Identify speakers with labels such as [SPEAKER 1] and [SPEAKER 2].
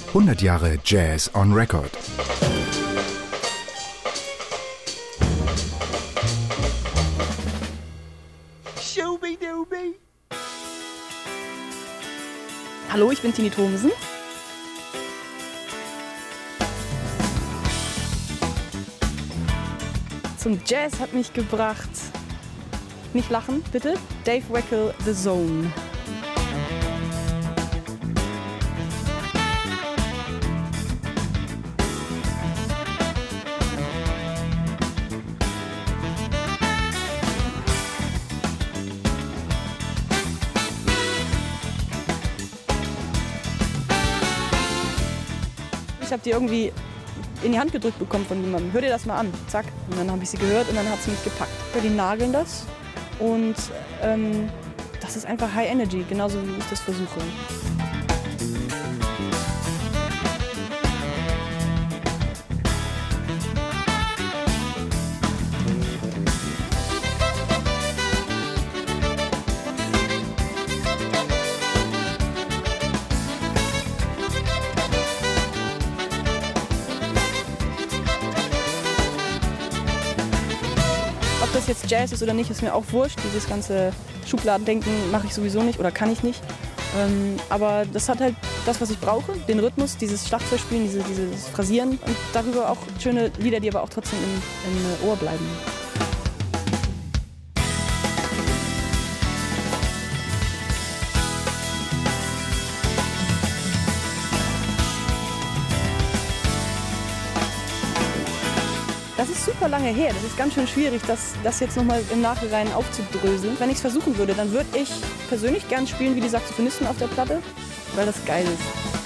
[SPEAKER 1] 100 Jahre Jazz on Record.
[SPEAKER 2] Hallo, ich bin Tini Thomsen. Zum Jazz hat mich gebracht, nicht lachen, bitte, Dave Weckl, The Zone. Ich habe die irgendwie in die Hand gedrückt bekommen von jemandem. Hör dir das mal an. Zack. Und dann habe ich sie gehört und dann hat sie mich gepackt. Ja, die nageln das und das ist einfach High Energy, genauso wie ich das versuche. Ob das jetzt Jazz ist oder nicht, ist mir auch wurscht. Dieses ganze Schubladendenken mache ich sowieso nicht oder kann ich nicht. Aber das hat halt das, was ich brauche, den Rhythmus, dieses Schlagzeugspielen, dieses Phrasieren und darüber auch schöne Lieder, die aber auch trotzdem im Ohr bleiben. Das ist super lange her, das ist ganz schön schwierig, das jetzt nochmal im Nachhinein aufzudröseln. Wenn ich es versuchen würde, dann würde ich persönlich gern spielen wie die Saxophonisten auf der Platte, weil das geil ist.